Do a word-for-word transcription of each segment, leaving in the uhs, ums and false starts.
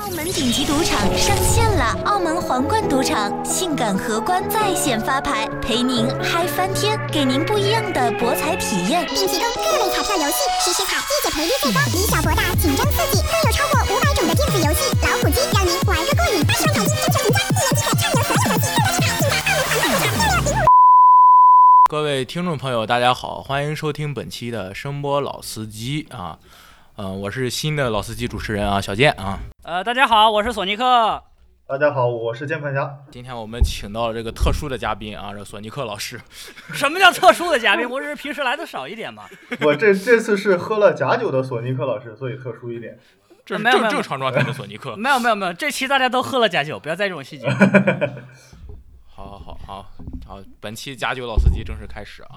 澳门顶级赌场上线了！澳门皇冠赌场性感荷官在线发牌，陪您嗨翻天，给您不一样的博彩体验， 并提供各类彩票游戏，实时彩一解赔率最高，以小博大，紧张刺激，更有超过五百种的电子游戏，老虎机让您玩个过瘾，八十万奖金真诚评价，一元即可畅游所有游戏，更多精彩，尽在澳门皇冠赌场六六零五。 各位听众朋友，大家好，欢迎收听本期的声波老司机啊。嗯、呃，我是新的老司机主持人啊，小健啊。 呃，大家好，我是索尼克。 大家好，我是键盘侠。 今天我们请到了这个特殊的嘉宾啊，这索尼克老师。 什么叫特殊的嘉宾？我只是平时来的少一点嘛。 我这这次是喝了假酒的索尼克老师，所以特殊一点。 这是正正常状态的索尼克。 没有没有没有，这期大家都喝了假酒，不要在这种细节。 好好好好好，本期假酒老司机正式开始啊。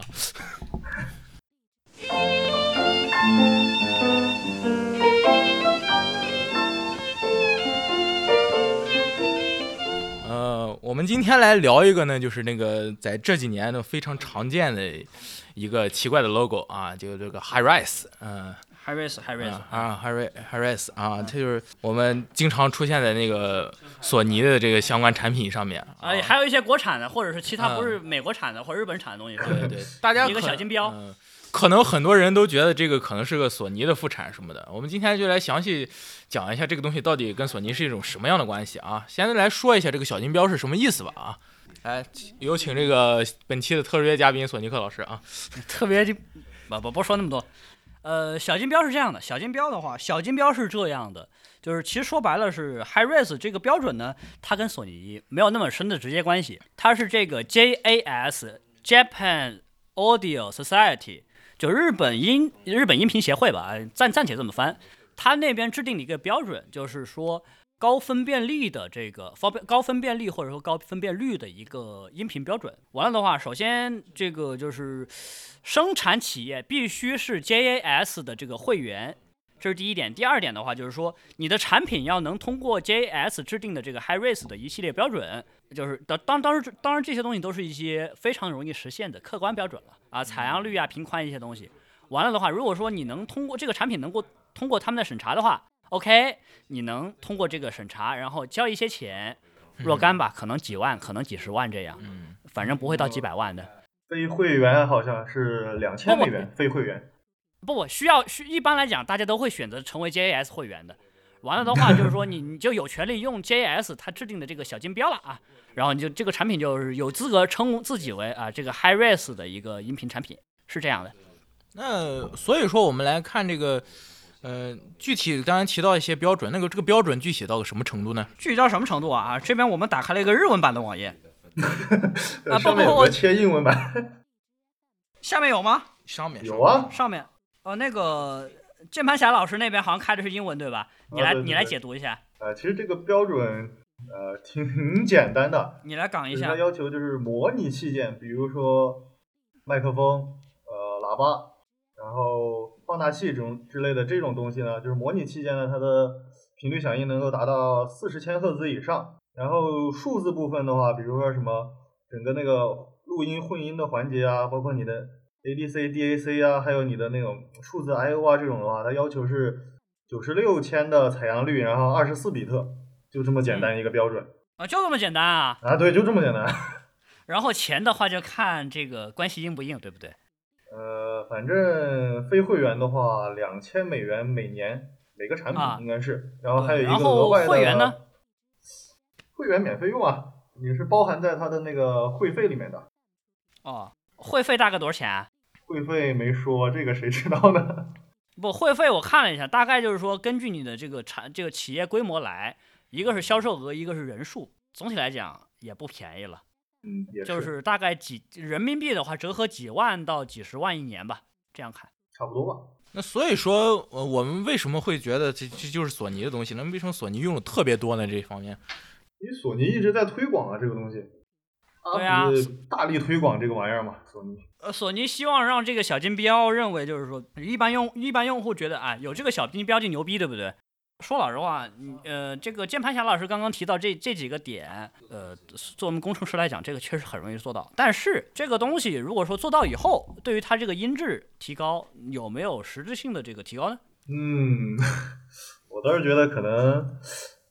呃，我们今天来聊一个呢，就是那个在这几年呢非常常见的一个奇怪的 logo 啊，就这个 Hi-Res， 嗯、呃。 Hi-Res，Hi-Res 啊 ，Hi-Res 啊，这就是我们经常出现在那个索尼的这个相关产品上面啊，还有一些国产的，或者是其他不是美国产的、嗯、或者日本产的东西。 对对，大家一个小金标、 嗯，可能很多人都觉得这个可能是个索尼的副产什么的。我们今天就来详细讲一下这个东西到底跟索尼是一种什么样的关系啊。先来说一下这个小金标是什么意思吧啊。来，有请这个本期的特约嘉宾索尼克老师啊。 特别不不不说那么多。呃，小金标是这样的，小金标的话，小金标是这样的，就是其实说白了是 Hi-Res 这个标准呢，它跟索尼没有那么深的直接关系，它是这个 J A S Japan Audio Society， 就日本音日本音频协会吧，暂暂且这么翻，它那边制定的一个标准，就是说高分辨率的这个高分辨率或者说高分辨率的一个音频标准。完了的话，首先这个就是生产企业必须是 J A S 的这个会员，这是第一点。第二点的话，就是说你的产品要能通过 J A S 制定的这个 Hi-Res 的一系列标准，就是当当然当然这些东西都是一些非常容易实现的客观标准了啊，采样率啊、频宽一些东西。完了的话，如果说你能通过这个产品能够通过他们的审查的话 ，OK， 你能通过这个审查，然后交一些钱，若干吧，可能几万，可能几十万这样，反正不会到几百万的。 非会员好像是两千美元，非会员。 不不，需要需一般来讲，大家都会选择成为 J A S 会员的。完了的话，就是说你你就有权利用 J A S 它制定的这个小金标了啊，然后你就这个产品就是有资格称自己为啊这个 Hi-Res 的一个音频产品，是这样的。 那所以说我们来看这个。呃，具体当然提到一些标准，那个这个标准具体到什么程度呢？ 具体到什么程度啊？啊，这边我们打开了一个日文版的网页， 啊，上面有个切英文版， 下面有吗？ 上面有啊， 上面呃，那个键盘侠老师那边好像开的是英文对吧？你来、啊、对对对你来解读一下。 呃，其实这个标准呃挺简单的， 你来讲一下。 它要求就是模拟器件，比如说麦克风、呃喇叭，然后放大器这种之类的这种东西呢，就是模拟器件呢，它的频率响应能够达到四十千赫兹以上。然后数字部分的话，比如说什么整个那个录音混音的环节啊，包括你的 A D C、D A C 啊，还有你的那种数字 I O 啊这种的话，它要求是九十六千的采样率，然后二十四比特，就这么简单一个标准、嗯、 啊，就这么简单啊？ 啊，对，就这么简单。 然后钱的话就看这个关系硬不硬，对不对？ 呃，反正非会员的话，两千美元每年每个产品应该是，啊、然后还有一个额外的。 会员呢？ 会员免费用啊，也是包含在它的那个会费里面的。 哦，会费大概多少钱啊？ 会费没说，这个谁知道呢？ 不，会费我看了一下，大概就是说根据你的这个产这个企业规模来，一个是销售额，一个是人数，总体来讲也不便宜了。 嗯，也是， 就是大概几人民币的话，折合几万到几十万一年吧，这样看， 差不多吧。 那所以说，呃，我们为什么会觉得这这就是索尼的东西呢？为什么索尼用的特别多呢？这方面， 因为索尼一直在推广啊，这个东西。 对啊， 大力推广这个玩意儿嘛，索尼。 呃，索尼希望让这个小金标认为，就是说，一般用一般用户觉得啊，有这个小金标就牛逼，对不对？说老实话，呃，这个键盘侠老师刚刚提到这这几个点，呃，作为我们工程师来讲，这个确实很容易做到。但是这个东西如果说做到以后，对于它这个音质提高，有没有实质性的这个提高呢？ 嗯，我倒是觉得可能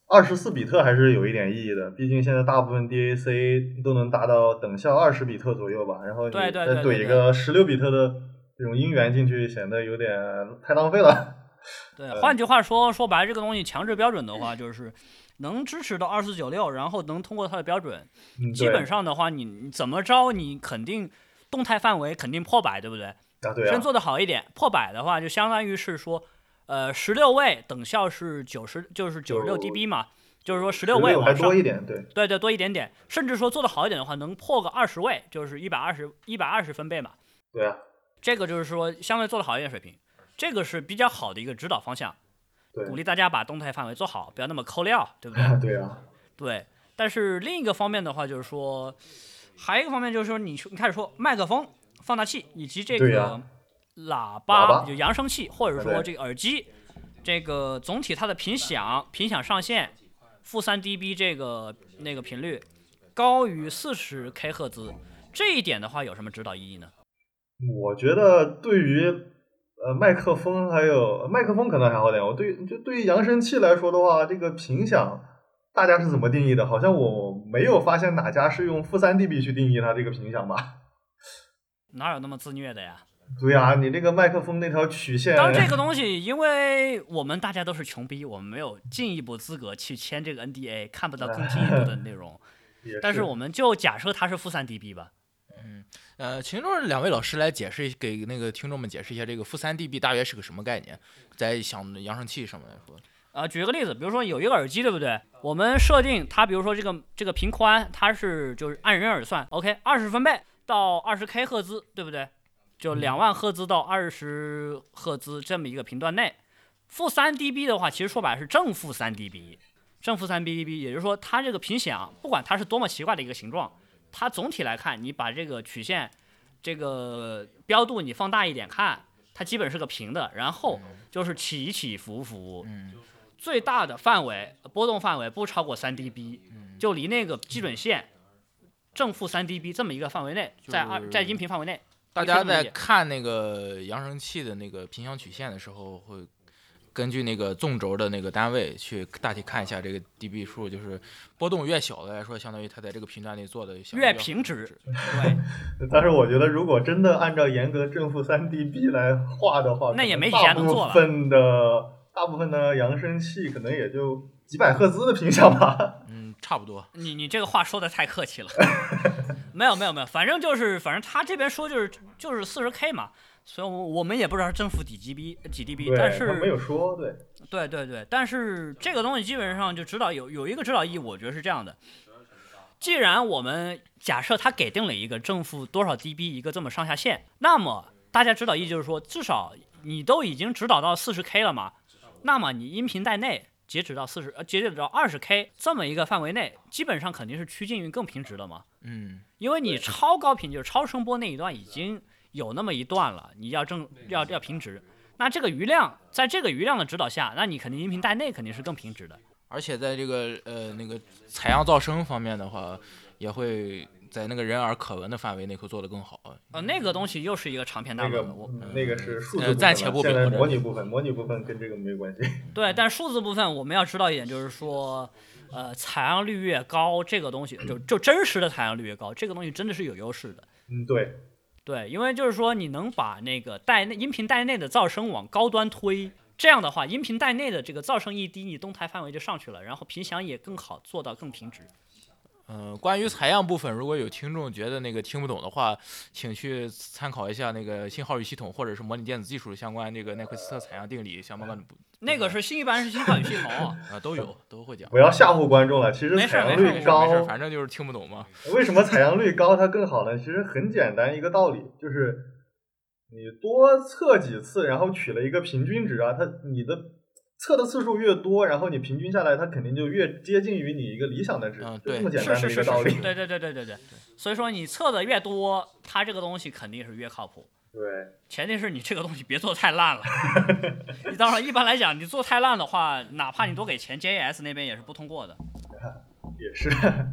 二十四比特还是有一点意义的，毕竟现在大部分 D A C 都能达到等效二十比特左右吧，然后你再怼一个十六比特的这种音源进去，显得有点太浪费了。 对，换句话说，说白了这个东西强制标准的话，就是能支持到二四九六，然后能通过它的标准， 嗯、 基本上的话你，你怎么着，你肯定动态范围肯定破百，对不对？ 啊，对啊。 先做的好一点，破百的话，就相当于是说。呃，十六位等效是九十，就是九十六 dB 嘛，就是说十六位往上， 还多一点，对， 对对，多一点点，甚至说做的好一点的话，能破个二十位，就是一百二十一百二十分贝嘛。 对啊， 这个就是说相对做的好一点水平，这个是比较好的一个指导方向， 对， 鼓励大家把动态范围做好，不要那么抠料，对不对？ 对啊， 对。但是另一个方面的话，就是说，还有一个方面就是说你，你开始说麦克风、放大器以及这个。喇叭, 喇叭就扬声器，或者说这个耳机，这个总体它的频响频响上限负三 dB 这个那个频率高于四十 K 赫兹，这一点的话有什么指导意义呢？ 我觉得对于呃麦克风还有麦克风可能还好点，我对就对于扬声器来说的话，这个频响大家是怎么定义的？好像我没有发现哪家是用负三 dB 去定义它这个频响吧？ 哪有那么自虐的呀？ 对呀、啊，你这个麦克风那条曲线， 当这个东西，因为我们大家都是穷逼，我们没有进一步资格去签这个 N D A， 看不到更进一步的内容。 是但是我们就假设它是负三 dB 吧。 嗯，呃，请众两位老师来解释，给那个听众们解释一下这个负三 dB 大约是个什么概念，在想扬声器上面来说。 啊、呃，举个例子，比如说有一个耳机，对不对？我们设定它，比如说这个这个频宽，它是就是按人耳算 ，OK， 二十分贝到二十 K 赫兹，对不对？就两万赫兹到二十赫兹这么一个频段内，负三 dB 的话，其实说白了是正负三 dB， 正负三 dB， 也就是说它这个频响，不管它是多么奇怪的一个形状，它总体来看，你把这个曲线这个标度你放大一点看，它基本是个平的，然后就是起起伏伏，最大的范围波动范围不超过三 dB， 就离那个基准线正负三 dB 这么一个范围内，在二在音频范围内。 大家在看那个扬声器的那个频响曲线的时候，会根据那个纵轴的那个单位去大体看一下这个 dB 数，就是波动越小的来说，相当于它在这个频段内做的越平直。对。 但是我觉得，如果真的按照严格正负三 dB 来画的话， 那也没几家能做了。 大部分的大部分的扬声器可能也就几百赫兹的频响吧。 嗯，差不多。 你你这个话说的太客气了。没有没有没有，反正就是反正他这边说就是就是四十 K 嘛，所以我们也不知道正负几 dB 几 dB， 但是他没有说，对对对对，但是这个东西基本上就指导有有一个指导意义，我觉得是这样的。既然我们假设他给定了一个正负多少 dB 一个这么上下限，那么大家指导意义就是说，至少你都已经指导到四十 K 了嘛，那么你音频带内截止到四十，呃，截止到二十 K 这么一个范围内，基本上肯定是趋近于更平直的嘛。 嗯， 因为你超高频就是超声波那一段已经有那么一段了，你要正要要平直，那这个余量在这个余量的指导下，那你肯定音频带内肯定是更平直的。 而且在这个呃那个采样噪声方面的话，也会在那个人耳可闻的范围内会做得更好。 呃，那个东西又是一个长篇大论了。我、 嗯、那个是数字部分、 呃、暂且不现在模拟部分，模拟部分跟这个没有关系。 对，但数字部分我们要知道一点，就是说，呃，采样率越高，这个东西就就真实的采样率越高，这个东西真的是有优势的。 嗯，对。 对，因为就是说你能把那个带内音频带内的噪声往高端推，这样的话，音频带内的这个噪声一低，你动态范围就上去了，然后频响也更好，做到更平直。 呃，关于采样部分，如果有听众觉得那个听不懂的话，请去参考一下那个信号与系统或者是模拟电子技术相关这个奈克斯特采样定理相关的。 那个是新一般是信号与系统啊、 呃，都有都会讲。 不要吓唬观众了，其实采样率高， 没事，反正就是听不懂嘛。 为什么采样率高它更好呢？其实很简单一个道理，就是你多测几次，然后取了一个平均值啊，它你的测的次数越多，然后你平均下来，它肯定就越接近于你一个理想的值， 嗯、 就这么简单的一个道理。 对对对对对对。所以说你测的越多，它这个东西肯定是越靠谱。 对， 前提是你这个东西别做太烂了。你当然一般来讲，你做太烂的话，哪怕你多给钱 ，J A S 那边也是不通过的。 也是。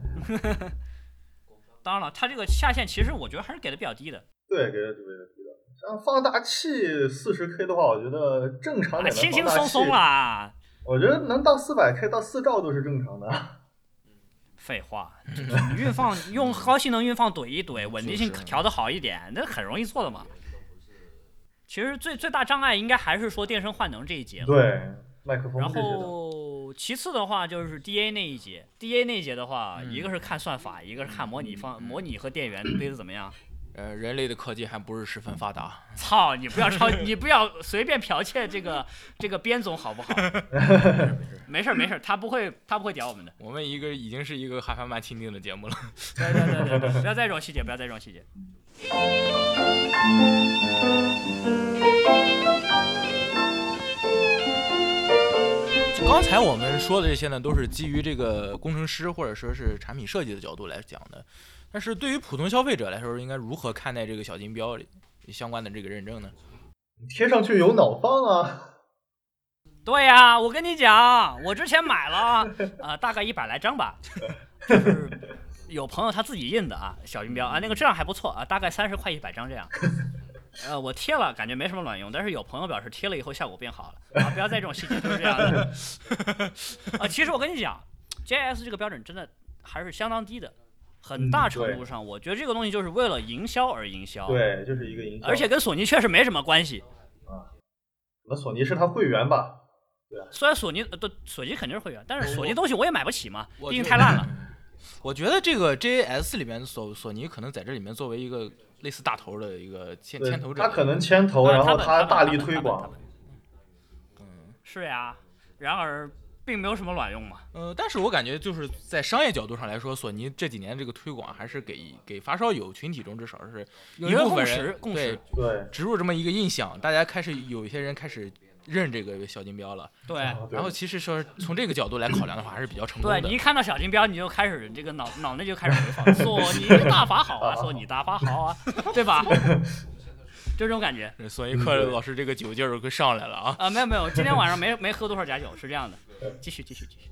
当然了，它这个下限其实我觉得还是给的比较低的。 对，给的比较低的。像放大器四十 K 的话，我觉得正常点的放大器， 啊、轻轻松松啦。 我觉得能到四百 K 到四兆都是正常的。 废话，你运放用高性能运放怼一怼，稳定性调得好一点，那很容易做的嘛。其实最最大障碍应该还是说电声换能这一节。 对，麦克风然这些的。 后其次的话就是 D A 那一节 ，D A 那一节的话， 嗯一个是看算法，一个是看模拟方模拟和电源堆的怎么样。 呃，人类的科技还不是十分发达。 操！你不要抄，你不要随便剽窃这个这个边总好不好？没事没事，他不会他不会屌我们的。 我们一个已经是一个还蛮钦定的节目了。 对对对对对，不要再这种细节，不要再这种细节。 刚才我们说的这些呢，都是基于这个工程师或者说是产品设计的角度来讲的。但是对于普通消费者来说，应该如何看待这个小金标相关的这个认证呢？ 贴上去有脑放啊！ 对呀、啊，我跟你讲，我之前买了啊、呃，大概一百来张吧，就是有朋友他自己印的啊，小金标啊，那个质量还不错啊，大概三十块一百张这样。呃，我贴了，感觉没什么卵用，但是有朋友表示贴了以后效果变好了啊！不要在这种细节就是这样的。啊，其实我跟你讲 ，J S 这个标准真的还是相当低的，很大程度上，嗯、我觉得这个东西就是为了营销而营销。 对，就是一个营销。 而且跟索尼确实没什么关系。 啊，那索尼是他会员吧？对啊。 虽然索尼呃，索尼肯定是会员，但是索尼东西我也买不起嘛，毕竟太烂了。 我觉得这个 J S 里面索索尼可能在这里面作为一个类似大头的一个牵牵头者， 他可能牵头，然后他大力推广。 嗯， 是呀，然而并没有什么卵用嘛。 呃，但是我感觉就是在商业角度上来说，索尼这几年这个推广还是给给发烧友群体中至少是一部分人对对植入这么一个印象，大家开始有一些人开始认这个小金标了。 对， 然后其实说从这个角度来考量的话，还是比较成功的。 对，你一看到小金标，你就开始这个脑脑内就开始回放，索尼大法好啊，索尼大法好啊，对吧？就这种感觉。 索尼克老师这个酒劲儿可上来了啊！ 啊，没有没有，今天晚上没没喝多少假酒，是这样的。继续继续继续。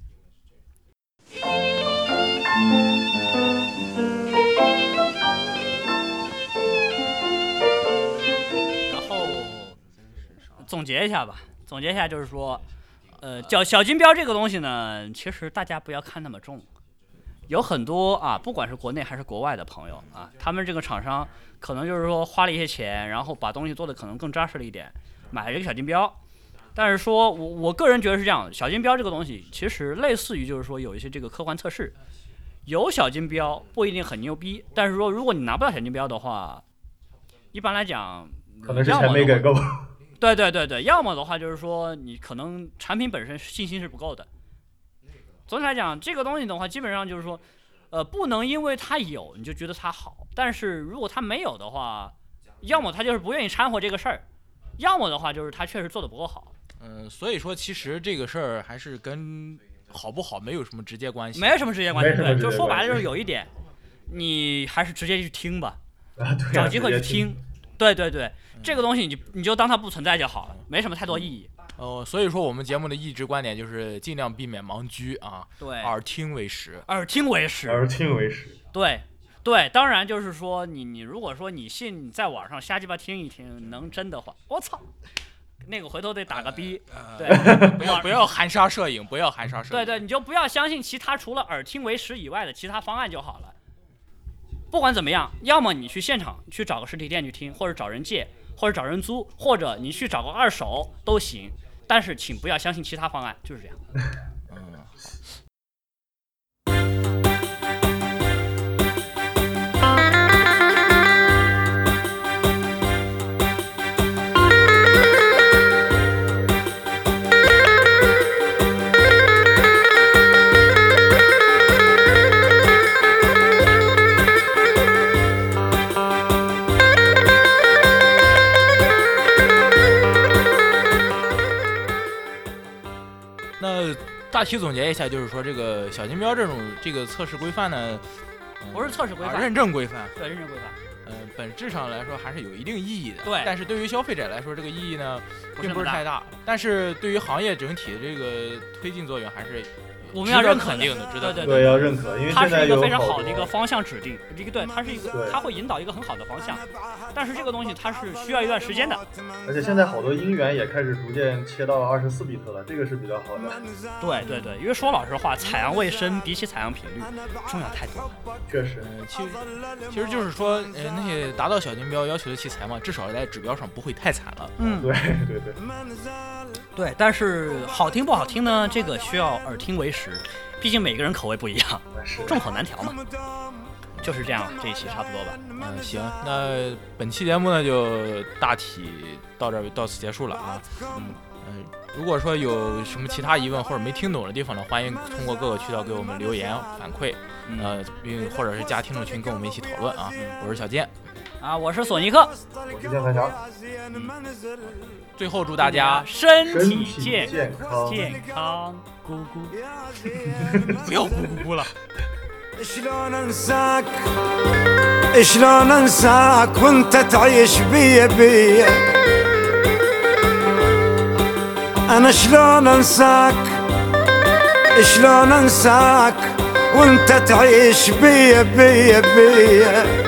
然后总结一下吧，总结一下就是说，呃，小小金标这个东西呢，其实大家不要看那么重。有很多啊，不管是国内还是国外的朋友啊，他们这个厂商可能就是说花了一些钱，然后把东西做的可能更扎实了一点，买了一个小金标。但是说我我个人觉得是这样，小金标这个东西其实类似于就是说有一些这个科幻测试，有小金标不一定很牛逼，但是说如果你拿不到小金标的话，一般来讲可能是钱没给够。 对对对对，要么的话就是说你可能产品本身信心是不够的。总体来讲，这个东西的话，基本上就是说，呃，不能因为它有你就觉得它好，但是如果它没有的话，要么他就是不愿意掺和这个事儿，要么的话就是他确实做的不够好。 嗯，所以说其实这个事儿还是跟好不好没有什么直接关系， 没什么直接关系。对，就说白了就是有一点，你还是直接去听吧， 啊对啊、 找机会去听。对对对，嗯、这个东西你你就当它不存在就好了，没什么太多意义。 哦，所以说我们节目的一直观点就是尽量避免盲狙啊， 对， 耳听为实， 耳听为实， 耳听为实。 对对，当然就是说你你如果说你信，你在网上瞎鸡巴听一听，能真的话，我操，那个回头得打个逼，呃、对， 不要不要含沙射影，不要含沙射影。 对对，你就不要相信其他除了耳听为实以外的其他方案就好了。不管怎么样，要么你去现场去找个实体店去听，或者找人借，或者找人租，或者你去找个二手都行。但是请不要相信其他方案，就是这样。 嗯，那大体总结一下，就是说这个小金标这种这个测试规范呢， 嗯、不是测试规范、 啊，认证规范， 对，认证规范。 呃，本质上来说还是有一定意义的， 对。 但是对于消费者来说，这个意义呢，并不是太大。但是对于行业整体的这个推进作用还是我们要认可肯定的，知道对对要认可，因为它现在有是一个非常好好的一个方向指定，一个对，它是一个对它会引导一个很好的方向，但是这个东西它是需要一段时间的。 而且现在好多音源也开始逐渐切到二十四比特了，这个是比较好的。 对对对，因为说老实话，采样位声比起采样频率重要太多了。 确实， 呃，其实其实就是说，呃，那些达到小金标要求的器材嘛，至少在指标上不会太惨了。 嗯， 对对对。 对，但是好听不好听呢，这个需要耳听为实，毕竟每个人口味不一样，众口难调嘛。就是这样，这一期差不多吧。 嗯，行，那本期节目呢就大体到这儿到此结束了啊。嗯嗯、呃，如果说有什么其他疑问或者没听懂的地方呢，欢迎通过各个渠道给我们留言反馈，呃，并或者是加听众群跟我们一起讨论啊。我是小健。 啊，我是索尼克， 我是键盘侠。 嗯，最后祝大家身体健健康， 健康，咕咕，不要咕咕咕了。 شلون انساك شلون انساك وانت تعيش بيا بيا انا شلون انساك شلون انساك وانت تعيش بيا بيا بيا